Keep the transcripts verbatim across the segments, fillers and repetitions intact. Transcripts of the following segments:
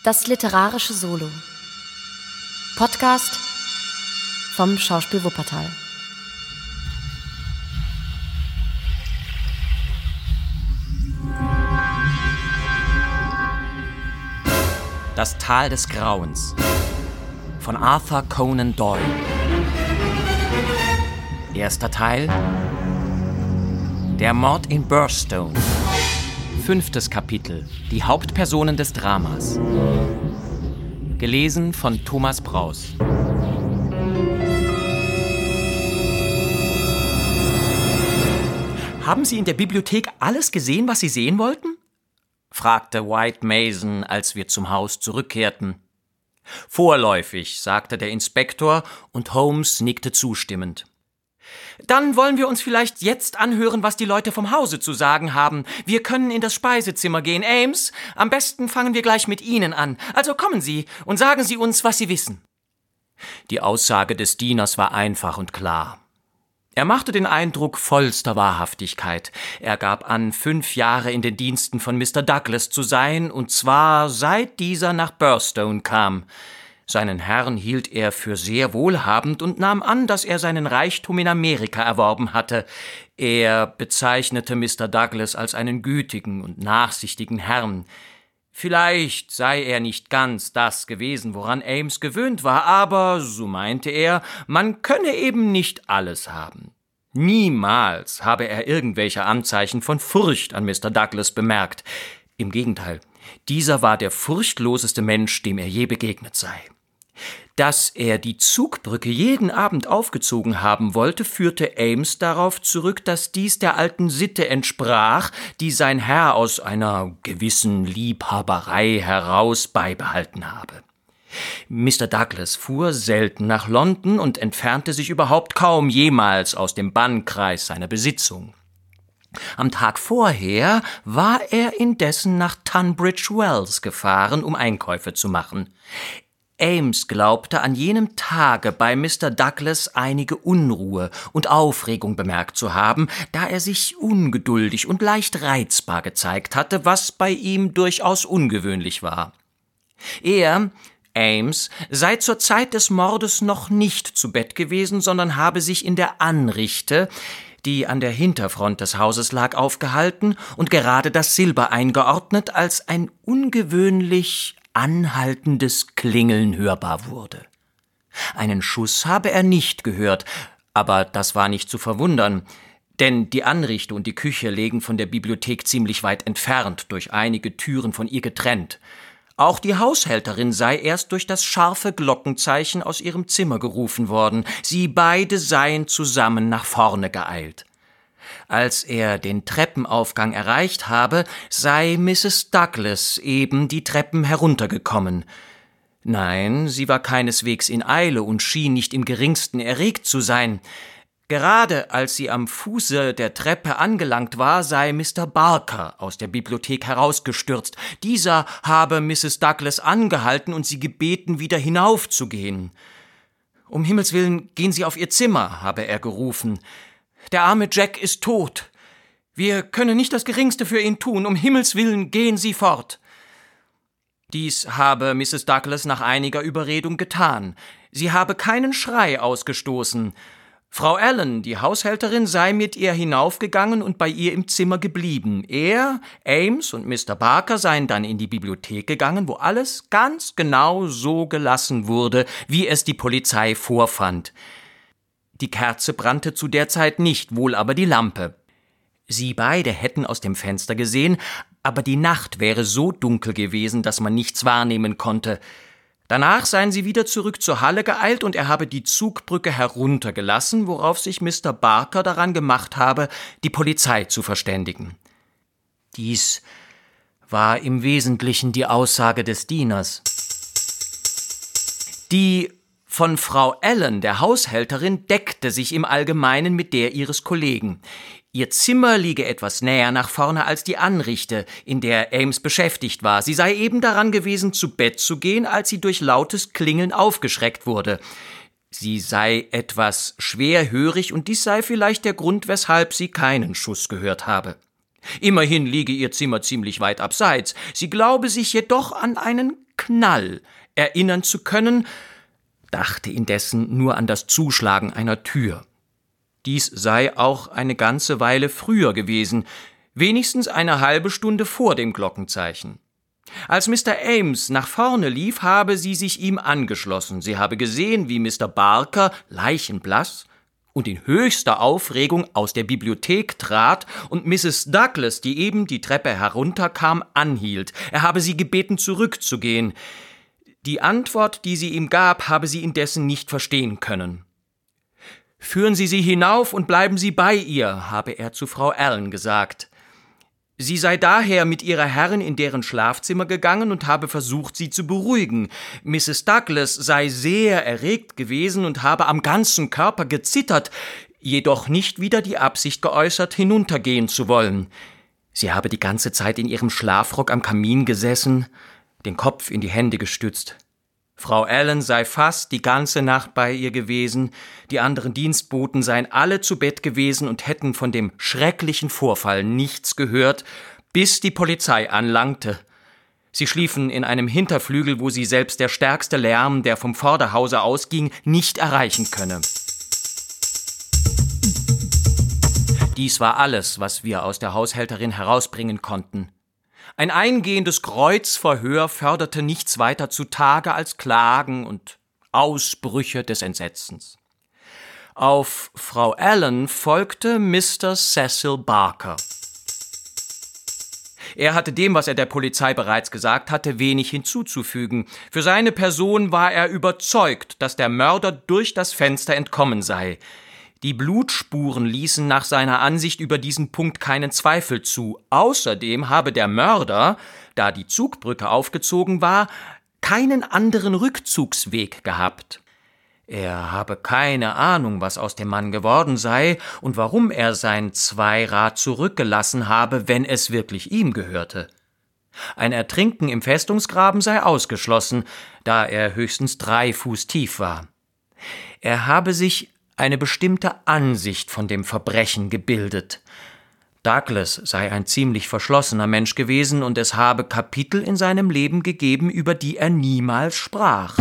Das literarische Solo. Podcast vom Schauspiel Wuppertal. Das Tal des Grauens von Arthur Conan Doyle. Erster Teil: Der Mord in Burstone. Fünftes Kapitel: Die Hauptpersonen des Dramas. Gelesen von Thomas Braus. Haben Sie in der Bibliothek alles gesehen, was Sie sehen wollten? Fragte White Mason, als wir zum Haus zurückkehrten. Vorläufig, sagte der Inspektor, und Holmes nickte zustimmend. Dann wollen wir uns vielleicht jetzt anhören, was die Leute vom Hause zu sagen haben. Wir können in das Speisezimmer gehen. Ames, am besten fangen wir gleich mit Ihnen an. Also kommen Sie und sagen Sie uns, was Sie wissen. Die Aussage des Dieners war einfach und klar. Er machte den Eindruck vollster Wahrhaftigkeit. Er gab an, fünf Jahre in den Diensten von Mister Douglas zu sein, und zwar seit dieser nach Burstone kam. Seinen Herrn hielt er für sehr wohlhabend und nahm an, dass er seinen Reichtum in Amerika erworben hatte. Er bezeichnete Mister Douglas als einen gütigen und nachsichtigen Herrn. Vielleicht sei er nicht ganz das gewesen, woran Ames gewöhnt war, aber, so meinte er, man könne eben nicht alles haben. Niemals habe er irgendwelche Anzeichen von Furcht an Mister Douglas bemerkt. Im Gegenteil, dieser war der furchtloseste Mensch, dem er je begegnet sei. Dass er die Zugbrücke jeden Abend aufgezogen haben wollte, führte Ames darauf zurück, dass dies der alten Sitte entsprach, die sein Herr aus einer gewissen Liebhaberei heraus beibehalten habe. Mister Douglas fuhr selten nach London und entfernte sich überhaupt kaum jemals aus dem Bannkreis seiner Besitzung. Am Tag vorher war er indessen nach Tunbridge Wells gefahren, um Einkäufe zu machen. Ames glaubte, an jenem Tage bei Mister Douglas einige Unruhe und Aufregung bemerkt zu haben, da er sich ungeduldig und leicht reizbar gezeigt hatte, was bei ihm durchaus ungewöhnlich war. Er, Ames, sei zur Zeit des Mordes noch nicht zu Bett gewesen, sondern habe sich in der Anrichte, die an der Hinterfront des Hauses lag, aufgehalten und gerade das Silber eingeordnet, als ein ungewöhnlich anhaltendes Klingeln hörbar wurde. Einen Schuss habe er nicht gehört, aber das war nicht zu verwundern, denn die Anrichte und die Küche lägen von der Bibliothek ziemlich weit entfernt, durch einige Türen von ihr getrennt. Auch die Haushälterin sei erst durch das scharfe Glockenzeichen aus ihrem Zimmer gerufen worden. Sie beide seien zusammen nach vorne geeilt. Als er den Treppenaufgang erreicht habe, sei Misses Douglas eben die Treppen heruntergekommen. Nein, sie war keineswegs in Eile und schien nicht im geringsten erregt zu sein. Gerade als sie am Fuße der Treppe angelangt war, sei Mister Barker aus der Bibliothek herausgestürzt. Dieser habe Misses Douglas angehalten und sie gebeten, wieder hinaufzugehen. »Um Himmels willen, gehen Sie auf Ihr Zimmer«, habe er gerufen. »Der arme Jack ist tot. Wir können nicht das Geringste für ihn tun. Um Himmels willen, gehen Sie fort.« Dies habe Misses Douglas nach einiger Überredung getan. Sie habe keinen Schrei ausgestoßen. Frau Allen, die Haushälterin, sei mit ihr hinaufgegangen und bei ihr im Zimmer geblieben. Er, Ames und Mister Barker seien dann in die Bibliothek gegangen, wo alles ganz genau so gelassen wurde, wie es die Polizei vorfand. Die Kerze brannte zu der Zeit nicht, wohl aber die Lampe. Sie beide hätten aus dem Fenster gesehen, aber die Nacht wäre so dunkel gewesen, dass man nichts wahrnehmen konnte. Danach seien sie wieder zurück zur Halle geeilt und er habe die Zugbrücke heruntergelassen, worauf sich Mister Barker daran gemacht habe, die Polizei zu verständigen. Dies war im Wesentlichen die Aussage des Dieners. Die von Frau Allen, der Haushälterin, deckte sich im Allgemeinen mit der ihres Kollegen. Ihr Zimmer liege etwas näher nach vorne als die Anrichte, in der Ames beschäftigt war. Sie sei eben daran gewesen, zu Bett zu gehen, als sie durch lautes Klingeln aufgeschreckt wurde. Sie sei etwas schwerhörig und dies sei vielleicht der Grund, weshalb sie keinen Schuss gehört habe. Immerhin liege ihr Zimmer ziemlich weit abseits. Sie glaube sich jedoch an einen Knall erinnern zu können, dachte indessen nur an das Zuschlagen einer Tür. Dies sei auch eine ganze Weile früher gewesen, wenigstens eine halbe Stunde vor dem Glockenzeichen. Als Mister Ames nach vorne lief, habe sie sich ihm angeschlossen. Sie habe gesehen, wie Mister Barker, leichenblass und in höchster Aufregung aus der Bibliothek trat und Misses Douglas, die eben die Treppe herunterkam, anhielt. Er habe sie gebeten, zurückzugehen. Die Antwort, die sie ihm gab, habe sie indessen nicht verstehen können. »Führen Sie sie hinauf und bleiben Sie bei ihr«, habe er zu Frau Allen gesagt. Sie sei daher mit ihrer Herrin in deren Schlafzimmer gegangen und habe versucht, sie zu beruhigen. Misses Douglas sei sehr erregt gewesen und habe am ganzen Körper gezittert, jedoch nicht wieder die Absicht geäußert, hinuntergehen zu wollen. Sie habe die ganze Zeit in ihrem Schlafrock am Kamin gesessen, den Kopf in die Hände gestützt. Frau Allen sei fast die ganze Nacht bei ihr gewesen, die anderen Dienstboten seien alle zu Bett gewesen und hätten von dem schrecklichen Vorfall nichts gehört, bis die Polizei anlangte. Sie schliefen in einem Hinterflügel, wo sie selbst der stärkste Lärm, der vom Vorderhause ausging, nicht erreichen könne. Dies war alles, was wir aus der Haushälterin herausbringen konnten. Ein eingehendes Kreuzverhör förderte nichts weiter zutage als Klagen und Ausbrüche des Entsetzens. Auf Frau Allen folgte Mister Cecil Barker. Er hatte dem, was er der Polizei bereits gesagt hatte, wenig hinzuzufügen. Für seine Person war er überzeugt, dass der Mörder durch das Fenster entkommen sei. Die Blutspuren ließen nach seiner Ansicht über diesen Punkt keinen Zweifel zu. Außerdem habe der Mörder, da die Zugbrücke aufgezogen war, keinen anderen Rückzugsweg gehabt. Er habe keine Ahnung, was aus dem Mann geworden sei und warum er sein Zweirad zurückgelassen habe, wenn es wirklich ihm gehörte. Ein Ertrinken im Festungsgraben sei ausgeschlossen, da er höchstens drei Fuß tief war. Er habe sich eine bestimmte Ansicht von dem Verbrechen gebildet. Douglas sei ein ziemlich verschlossener Mensch gewesen und es habe Kapitel in seinem Leben gegeben, über die er niemals sprach.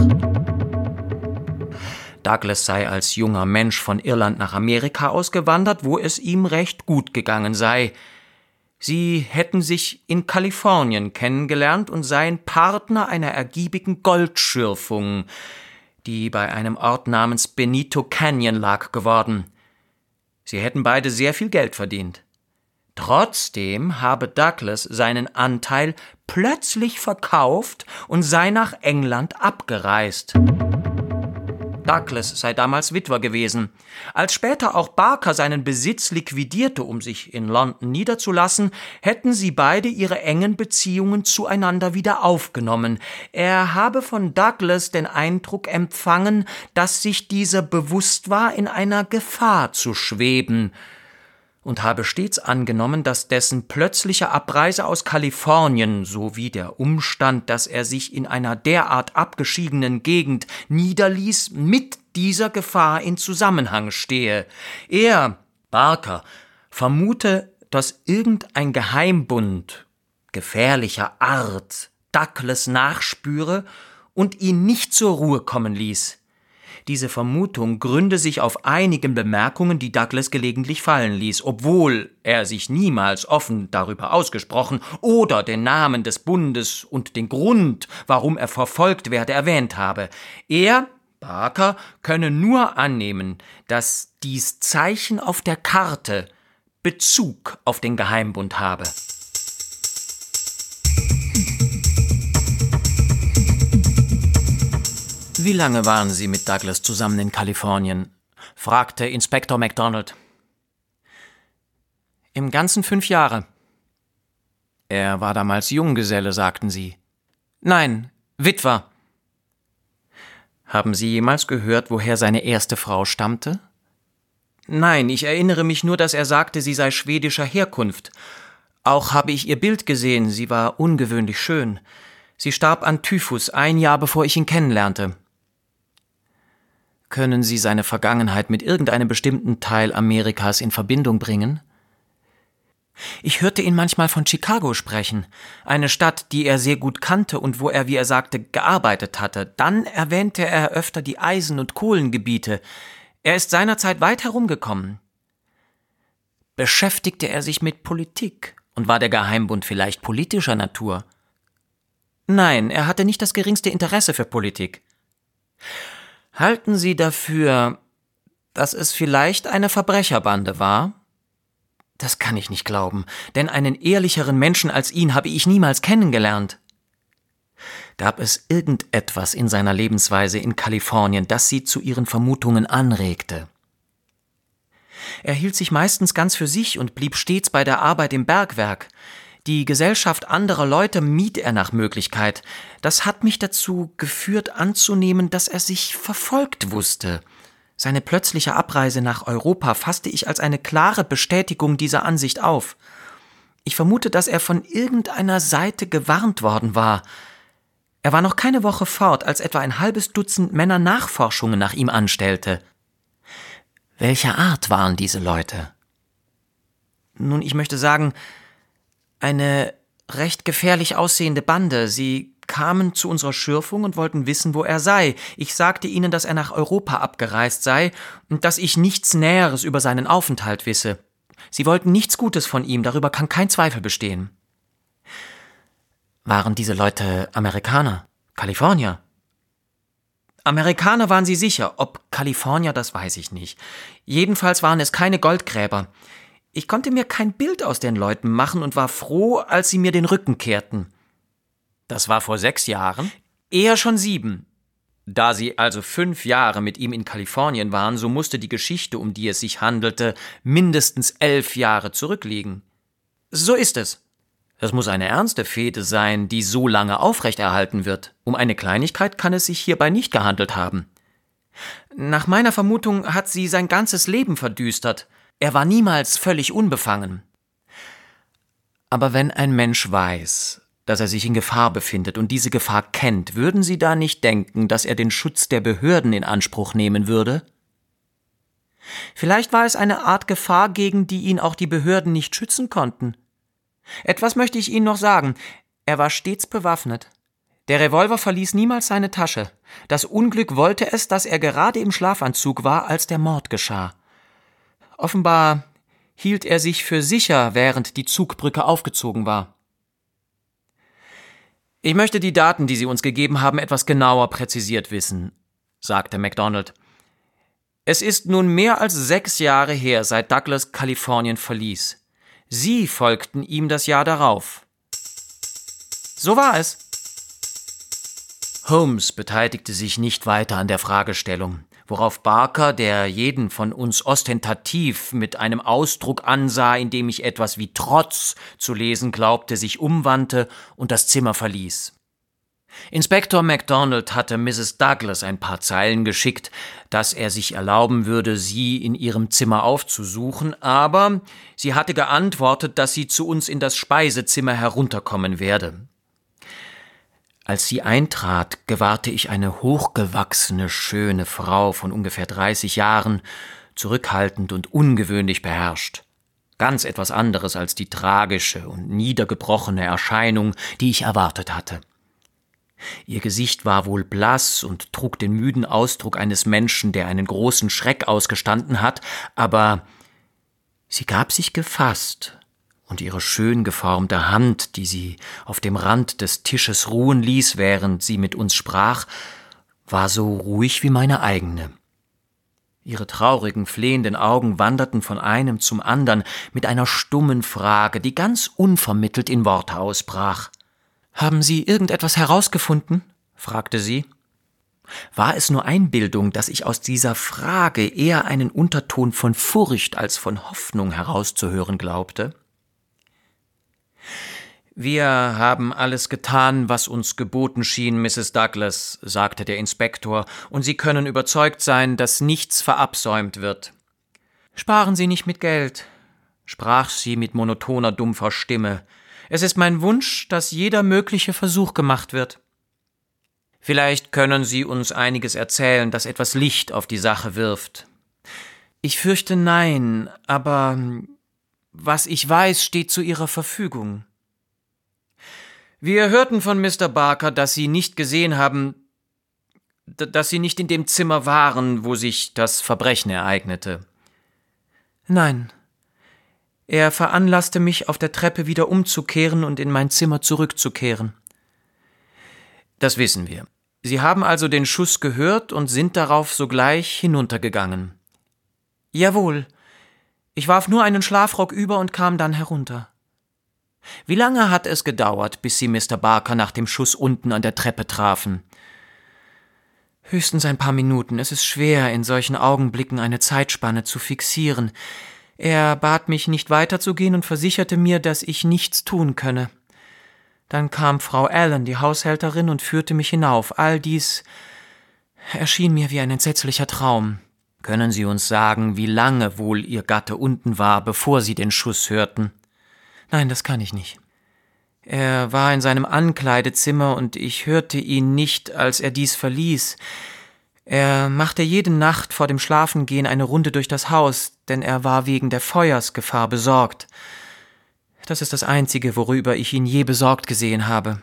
Douglas sei als junger Mensch von Irland nach Amerika ausgewandert, wo es ihm recht gut gegangen sei. Sie hätten sich in Kalifornien kennengelernt und seien Partner einer ergiebigen Goldschürfung, die bei einem Ort namens Benito Canyon lag, geworden. Sie hätten beide sehr viel Geld verdient. Trotzdem habe Douglas seinen Anteil plötzlich verkauft und sei nach England abgereist. Douglas sei damals Witwer gewesen. Als später auch Barker seinen Besitz liquidierte, um sich in London niederzulassen, hätten sie beide ihre engen Beziehungen zueinander wieder aufgenommen. Er habe von Douglas den Eindruck empfangen, dass sich dieser bewusst war, in einer Gefahr zu schweben, und habe stets angenommen, dass dessen plötzliche Abreise aus Kalifornien sowie der Umstand, dass er sich in einer derart abgeschiedenen Gegend niederließ, mit dieser Gefahr in Zusammenhang stehe. Er, Barker, vermute, dass irgendein Geheimbund gefährlicher Art Douglas nachspüre und ihn nicht zur Ruhe kommen ließ. Diese Vermutung gründe sich auf einigen Bemerkungen, die Douglas gelegentlich fallen ließ, obwohl er sich niemals offen darüber ausgesprochen oder den Namen des Bundes und den Grund, warum er verfolgt werde, erwähnt habe. Er, Barker, könne nur annehmen, dass dies Zeichen auf der Karte Bezug auf den Geheimbund habe. »Wie lange waren Sie mit Douglas zusammen in Kalifornien?« fragte Inspektor MacDonald. »Im Ganzen fünf Jahre.« »Er war damals Junggeselle, sagten Sie?« »Nein, Witwer.« »Haben Sie jemals gehört, woher seine erste Frau stammte?« »Nein, ich erinnere mich nur, dass er sagte, sie sei schwedischer Herkunft. Auch habe ich ihr Bild gesehen, sie war ungewöhnlich schön. Sie starb an Typhus ein Jahr, bevor ich ihn kennenlernte.« »Können Sie seine Vergangenheit mit irgendeinem bestimmten Teil Amerikas in Verbindung bringen?« Ich hörte ihn manchmal von Chicago sprechen, eine Stadt, die er sehr gut kannte und wo er, wie er sagte, gearbeitet hatte. Dann erwähnte er öfter die Eisen- und Kohlengebiete. Er ist seinerzeit weit herumgekommen. Beschäftigte er sich mit Politik? Und war der Geheimbund vielleicht politischer Natur? Nein, er hatte nicht das geringste Interesse für Politik. Halten Sie dafür, dass es vielleicht eine Verbrecherbande war? Das kann ich nicht glauben, denn einen ehrlicheren Menschen als ihn habe ich niemals kennengelernt. Gab es irgendetwas in seiner Lebensweise in Kalifornien, das Sie zu Ihren Vermutungen anregte? Er hielt sich meistens ganz für sich und blieb stets bei der Arbeit im Bergwerk. Die Gesellschaft anderer Leute mied er nach Möglichkeit. Das hat mich dazu geführt anzunehmen, dass er sich verfolgt wusste. Seine plötzliche Abreise nach Europa fasste ich als eine klare Bestätigung dieser Ansicht auf. Ich vermute, dass er von irgendeiner Seite gewarnt worden war. Er war noch keine Woche fort, als etwa ein halbes Dutzend Männer Nachforschungen nach ihm anstellte. Welcher Art waren diese Leute? Nun, ich möchte sagen, eine recht gefährlich aussehende Bande. Sie kamen zu unserer Schürfung und wollten wissen, wo er sei. Ich sagte ihnen, dass er nach Europa abgereist sei und dass ich nichts Näheres über seinen Aufenthalt wisse. Sie wollten nichts Gutes von ihm, darüber kann kein Zweifel bestehen. Waren diese Leute Amerikaner? Kalifornier? Amerikaner waren sie sicher, ob Kalifornier, das weiß ich nicht. Jedenfalls waren es keine Goldgräber. Ich konnte mir kein Bild aus den Leuten machen und war froh, als sie mir den Rücken kehrten. Das war vor sechs Jahren? Eher schon sieben. Da sie also fünf Jahre mit ihm in Kalifornien waren, so musste die Geschichte, um die es sich handelte, mindestens elf Jahre zurückliegen. So ist es. Das muss eine ernste Fehde sein, die so lange aufrechterhalten wird. Um eine Kleinigkeit kann es sich hierbei nicht gehandelt haben. Nach meiner Vermutung hat sie sein ganzes Leben verdüstert. Er war niemals völlig unbefangen. Aber wenn ein Mensch weiß, dass er sich in Gefahr befindet und diese Gefahr kennt, würden Sie da nicht denken, dass er den Schutz der Behörden in Anspruch nehmen würde? Vielleicht war es eine Art Gefahr, gegen die ihn auch die Behörden nicht schützen konnten. Etwas möchte ich Ihnen noch sagen. Er war stets bewaffnet. Der Revolver verließ niemals seine Tasche. Das Unglück wollte es, dass er gerade im Schlafanzug war, als der Mord geschah. Offenbar hielt er sich für sicher, während die Zugbrücke aufgezogen war. Ich möchte die Daten, die Sie uns gegeben haben, etwas genauer präzisiert wissen, sagte MacDonald. Es ist nun mehr als sechs Jahre her, seit Douglas Kalifornien verließ. Sie folgten ihm das Jahr darauf. So war es. Holmes beteiligte sich nicht weiter an der Fragestellung, worauf Barker, der jeden von uns ostentativ mit einem Ausdruck ansah, in dem ich etwas wie Trotz zu lesen glaubte, sich umwandte und das Zimmer verließ. Inspektor MacDonald hatte Misses Douglas ein paar Zeilen geschickt, dass er sich erlauben würde, sie in ihrem Zimmer aufzusuchen, aber sie hatte geantwortet, dass sie zu uns in das Speisezimmer herunterkommen werde. Als sie eintrat, gewahrte ich eine hochgewachsene, schöne Frau von ungefähr dreißig Jahren, zurückhaltend und ungewöhnlich beherrscht. Ganz etwas anderes als die tragische und niedergebrochene Erscheinung, die ich erwartet hatte. Ihr Gesicht war wohl blass und trug den müden Ausdruck eines Menschen, der einen großen Schreck ausgestanden hat, aber sie gab sich gefasst, und ihre schön geformte Hand, die sie auf dem Rand des Tisches ruhen ließ, während sie mit uns sprach, war so ruhig wie meine eigene. Ihre traurigen, flehenden Augen wanderten von einem zum andern mit einer stummen Frage, die ganz unvermittelt in Worte ausbrach. »Haben Sie irgendetwas herausgefunden?« fragte sie. War es nur Einbildung, dass ich aus dieser Frage eher einen Unterton von Furcht als von Hoffnung herauszuhören glaubte? »Wir haben alles getan, was uns geboten schien, Misses Douglas«, sagte der Inspektor, »und Sie können überzeugt sein, dass nichts verabsäumt wird.« »Sparen Sie nicht mit Geld«, sprach sie mit monotoner, dumpfer Stimme. »Es ist mein Wunsch, dass jeder mögliche Versuch gemacht wird.« »Vielleicht können Sie uns einiges erzählen, das etwas Licht auf die Sache wirft.« »Ich fürchte nein, aber Was ich weiß, steht zu Ihrer Verfügung. Wir hörten von Mister Barker, dass Sie nicht gesehen haben, dass Sie nicht in dem Zimmer waren, wo sich das Verbrechen ereignete. Nein. Er veranlasste mich, auf der Treppe wieder umzukehren und in mein Zimmer zurückzukehren. Das wissen wir. Sie haben also den Schuss gehört und sind darauf sogleich hinuntergegangen. Jawohl. Ich warf nur einen Schlafrock über und kam dann herunter. Wie lange hat es gedauert, bis Sie Mister Barker nach dem Schuss unten an der Treppe trafen? Höchstens ein paar Minuten. Es ist schwer, in solchen Augenblicken eine Zeitspanne zu fixieren. Er bat mich, nicht weiterzugehen und versicherte mir, dass ich nichts tun könne. Dann kam Frau Allen, die Haushälterin, und führte mich hinauf. All dies erschien mir wie ein entsetzlicher Traum. Können Sie uns sagen, wie lange wohl Ihr Gatte unten war, bevor Sie den Schuss hörten? Nein, das kann ich nicht. Er war in seinem Ankleidezimmer und ich hörte ihn nicht, als er dies verließ. Er machte jede Nacht vor dem Schlafengehen eine Runde durch das Haus, denn er war wegen der Feuersgefahr besorgt. Das ist das Einzige, worüber ich ihn je besorgt gesehen habe.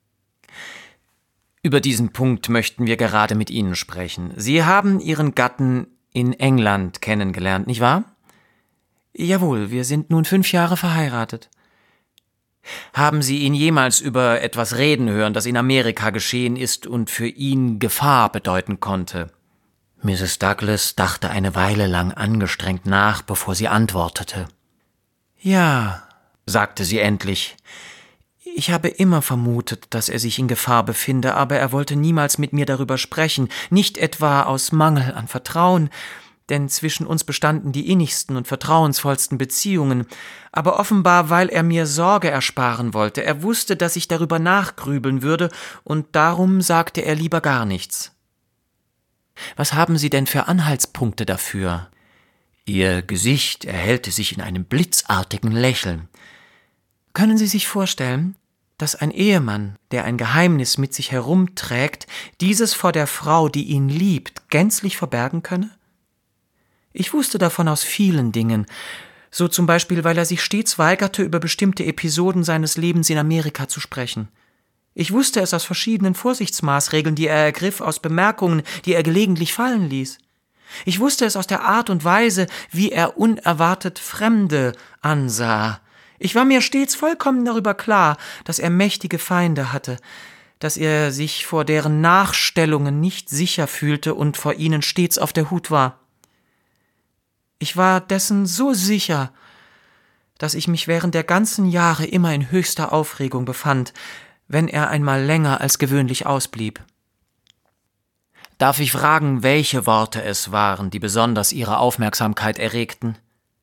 Über diesen Punkt möchten wir gerade mit Ihnen sprechen. Sie haben Ihren Gatten in England kennengelernt, nicht wahr? Jawohl, wir sind nun fünf Jahre verheiratet. Haben Sie ihn jemals über etwas reden hören, das in Amerika geschehen ist und für ihn Gefahr bedeuten konnte? Misses Douglas dachte eine Weile lang angestrengt nach, bevor sie antwortete. Ja, sagte sie endlich. Ich habe immer vermutet, dass er sich in Gefahr befinde, aber er wollte niemals mit mir darüber sprechen, nicht etwa aus Mangel an Vertrauen, denn zwischen uns bestanden die innigsten und vertrauensvollsten Beziehungen, aber offenbar, weil er mir Sorge ersparen wollte. Er wusste, dass ich darüber nachgrübeln würde, und darum sagte er lieber gar nichts. Was haben Sie denn für Anhaltspunkte dafür? Ihr Gesicht erhellte sich in einem blitzartigen Lächeln. Können Sie sich vorstellen, dass ein Ehemann, der ein Geheimnis mit sich herumträgt, dieses vor der Frau, die ihn liebt, gänzlich verbergen könne? Ich wusste davon aus vielen Dingen, so zum Beispiel, weil er sich stets weigerte, über bestimmte Episoden seines Lebens in Amerika zu sprechen. Ich wusste es aus verschiedenen Vorsichtsmaßregeln, die er ergriff, aus Bemerkungen, die er gelegentlich fallen ließ. Ich wusste es aus der Art und Weise, wie er unerwartet Fremde ansah. Ich war mir stets vollkommen darüber klar, dass er mächtige Feinde hatte, dass er sich vor deren Nachstellungen nicht sicher fühlte und vor ihnen stets auf der Hut war. Ich war dessen so sicher, dass ich mich während der ganzen Jahre immer in höchster Aufregung befand, wenn er einmal länger als gewöhnlich ausblieb. Darf ich fragen, welche Worte es waren, die besonders Ihre Aufmerksamkeit erregten?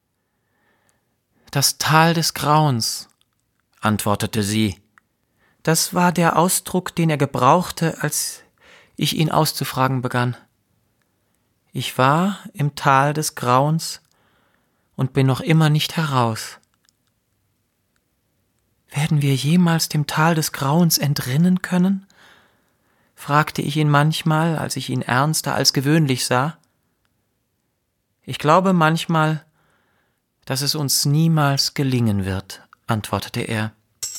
Das Tal des Grauens, antwortete sie. Das war der Ausdruck, den er gebrauchte, als ich ihn auszufragen begann. Ich war im Tal des Grauens und bin noch immer nicht heraus. Werden wir jemals dem Tal des Grauens entrinnen können? Fragte ich ihn manchmal, als ich ihn ernster als gewöhnlich sah. Ich glaube manchmal, dass es uns niemals gelingen wird, antwortete er.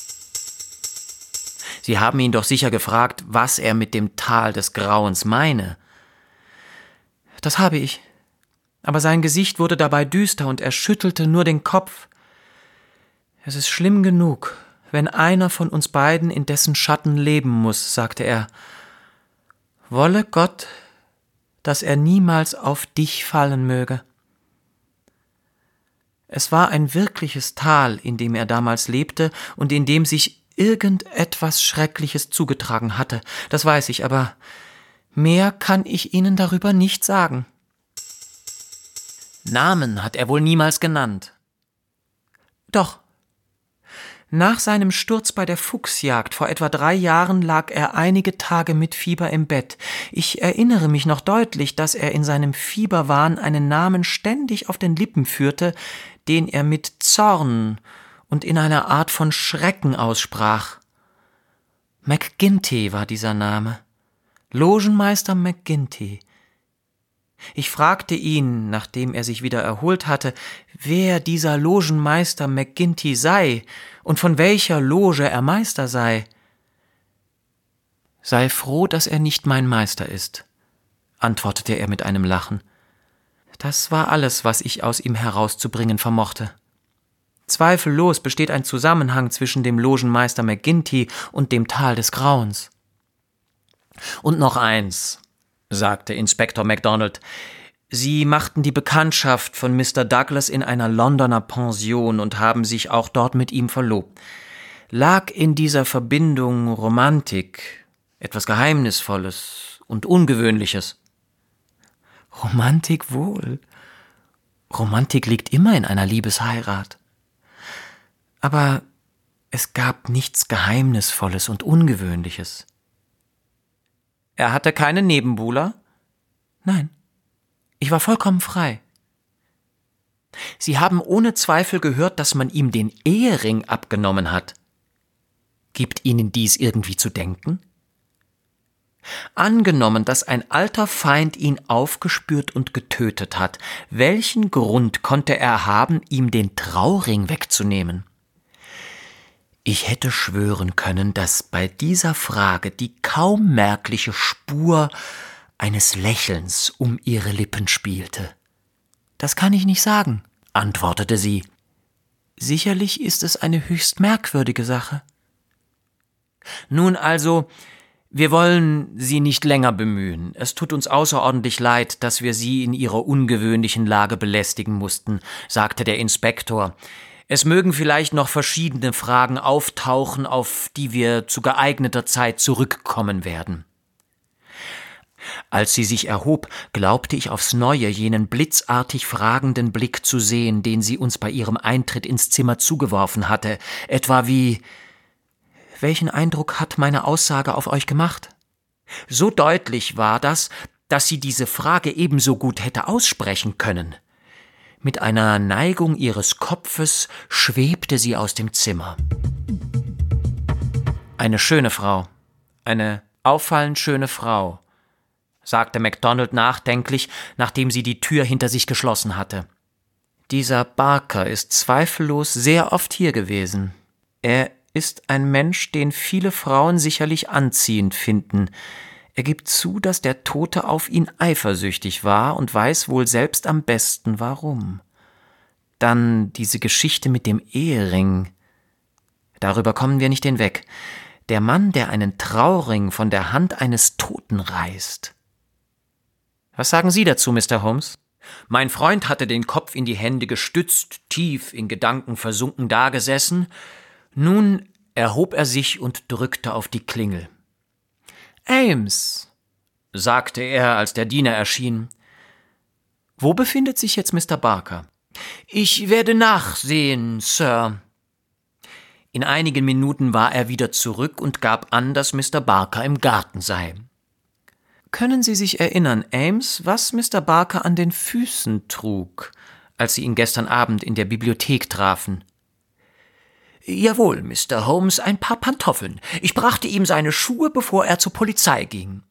Sie haben ihn doch sicher gefragt, was er mit dem Tal des Grauens meine. Das habe ich, aber sein Gesicht wurde dabei düster und er schüttelte nur den Kopf. Es ist schlimm genug, wenn einer von uns beiden in dessen Schatten leben muss, sagte er. Wolle Gott, dass er niemals auf dich fallen möge. Es war ein wirkliches Tal, in dem er damals lebte und in dem sich irgendetwas Schreckliches zugetragen hatte, das weiß ich, aber mehr kann ich Ihnen darüber nicht sagen. Namen hat er wohl niemals genannt. Doch. Nach seinem Sturz bei der Fuchsjagd vor etwa drei Jahren lag er einige Tage mit Fieber im Bett. Ich erinnere mich noch deutlich, dass er in seinem Fieberwahn einen Namen ständig auf den Lippen führte, den er mit Zorn und in einer Art von Schrecken aussprach. McGinty war dieser Name. Logenmeister McGinty. Ich fragte ihn, nachdem er sich wieder erholt hatte, wer dieser Logenmeister McGinty sei und von welcher Loge er Meister sei. »Sei froh, dass er nicht mein Meister ist«, antwortete er mit einem Lachen. Das war alles, was ich aus ihm herauszubringen vermochte. Zweifellos besteht ein Zusammenhang zwischen dem Logenmeister McGinty und dem Tal des Grauens. »Und noch eins«, sagte Inspektor MacDonald. »Sie machten die Bekanntschaft von Mister Douglas in einer Londoner Pension und haben sich auch dort mit ihm verlobt. Lag in dieser Verbindung Romantik, etwas Geheimnisvolles und Ungewöhnliches?« »Romantik wohl. Romantik liegt immer in einer Liebesheirat. Aber es gab nichts Geheimnisvolles und Ungewöhnliches.« »Er hatte keine Nebenbuhler?« »Nein, ich war vollkommen frei.« »Sie haben ohne Zweifel gehört, dass man ihm den Ehering abgenommen hat. Gibt Ihnen dies irgendwie zu denken? Angenommen, dass ein alter Feind ihn aufgespürt und getötet hat, welchen Grund konnte er haben, ihm den Trauring wegzunehmen?« Ich hätte schwören können, dass bei dieser Frage die kaum merkliche Spur eines Lächelns um ihre Lippen spielte. »Das kann ich nicht sagen«, antwortete sie. »Sicherlich ist es eine höchst merkwürdige Sache.« »Nun also, wir wollen Sie nicht länger bemühen. Es tut uns außerordentlich leid, dass wir Sie in Ihrer ungewöhnlichen Lage belästigen mussten«, sagte der Inspektor. »Es mögen vielleicht noch verschiedene Fragen auftauchen, auf die wir zu geeigneter Zeit zurückkommen werden.« Als sie sich erhob, glaubte ich aufs Neue jenen blitzartig fragenden Blick zu sehen, den sie uns bei ihrem Eintritt ins Zimmer zugeworfen hatte, etwa wie: »Welchen Eindruck hat meine Aussage auf euch gemacht?« So deutlich war das, dass sie diese Frage ebenso gut hätte aussprechen können. Mit einer Neigung ihres Kopfes schwebte sie aus dem Zimmer. »Eine schöne Frau, eine auffallend schöne Frau«, sagte MacDonald nachdenklich, nachdem sie die Tür hinter sich geschlossen hatte. »Dieser Barker ist zweifellos sehr oft hier gewesen. Er ist ein Mensch, den viele Frauen sicherlich anziehend finden. Er gibt zu, dass der Tote auf ihn eifersüchtig war und weiß wohl selbst am besten, warum. Dann diese Geschichte mit dem Ehering. Darüber kommen wir nicht hinweg. Der Mann, der einen Trauring von der Hand eines Toten reißt. Was sagen Sie dazu, Mister Holmes?« Mein Freund hatte den Kopf in die Hände gestützt, tief in Gedanken versunken dagesessen. Nun erhob er sich und drückte auf die Klingel. »Ames«, sagte er, als der Diener erschien. »Wo befindet sich jetzt Mister Barker?« »Ich werde nachsehen, Sir.« In einigen Minuten war er wieder zurück und gab an, dass Mister Barker im Garten sei. »Können Sie sich erinnern, Ames, was Mister Barker an den Füßen trug, als Sie ihn gestern Abend in der Bibliothek trafen?« »Jawohl, Mister Holmes, ein paar Pantoffeln. Ich brachte ihm seine Schuhe, bevor er zur Polizei ging.«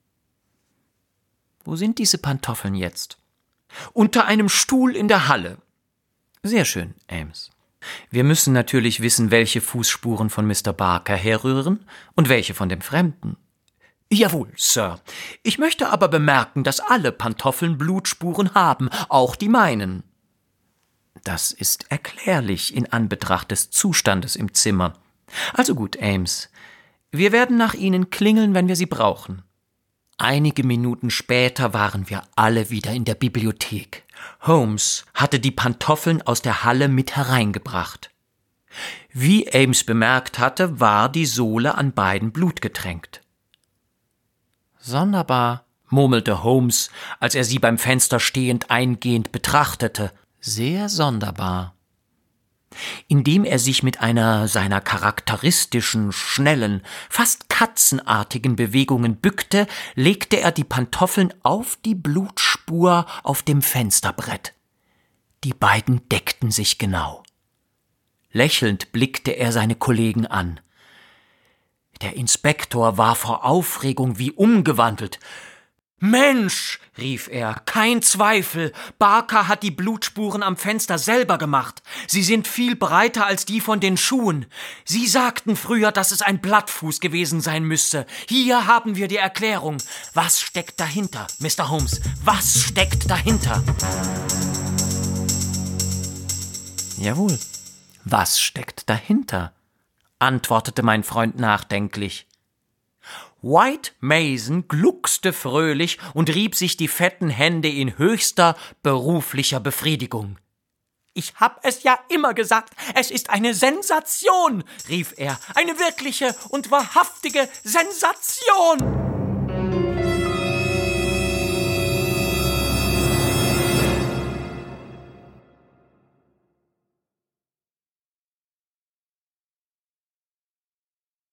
»Wo sind diese Pantoffeln jetzt?« »Unter einem Stuhl in der Halle.« »Sehr schön, Ames. Wir müssen natürlich wissen, welche Fußspuren von Mister Barker herrühren und welche von dem Fremden.« »Jawohl, Sir. Ich möchte aber bemerken, dass alle Pantoffeln Blutspuren haben, auch die meinen.« »Das ist erklärlich in Anbetracht des Zustandes im Zimmer. Also gut, Ames. Wir werden nach Ihnen klingeln, wenn wir Sie brauchen.« Einige Minuten später waren wir alle wieder in der Bibliothek. Holmes hatte die Pantoffeln aus der Halle mit hereingebracht. Wie Ames bemerkt hatte, war die Sohle an beiden blutgetränkt. »Sonderbar«, murmelte Holmes, als er sie beim Fenster stehend eingehend betrachtete. »Sehr sonderbar.« Indem er sich mit einer seiner charakteristischen, schnellen, fast katzenartigen Bewegungen bückte, legte er die Pantoffeln auf die Blutspur auf dem Fensterbrett. Die beiden deckten sich genau. Lächelnd blickte er seine Kollegen an. Der Inspektor war vor Aufregung wie umgewandelt. »Mensch«, rief er, »kein Zweifel, Barker hat die Blutspuren am Fenster selber gemacht. Sie sind viel breiter als die von den Schuhen. Sie sagten früher, dass es ein Blattfuß gewesen sein müsste. Hier haben wir die Erklärung. Was steckt dahinter, Mister Holmes? Was steckt dahinter?« »Jawohl, was steckt dahinter?«, antwortete mein Freund nachdenklich. White Mason gluckste fröhlich und rieb sich die fetten Hände in höchster beruflicher Befriedigung. »Ich hab es ja immer gesagt, es ist eine Sensation«, rief er, »eine wirkliche und wahrhaftige Sensation!«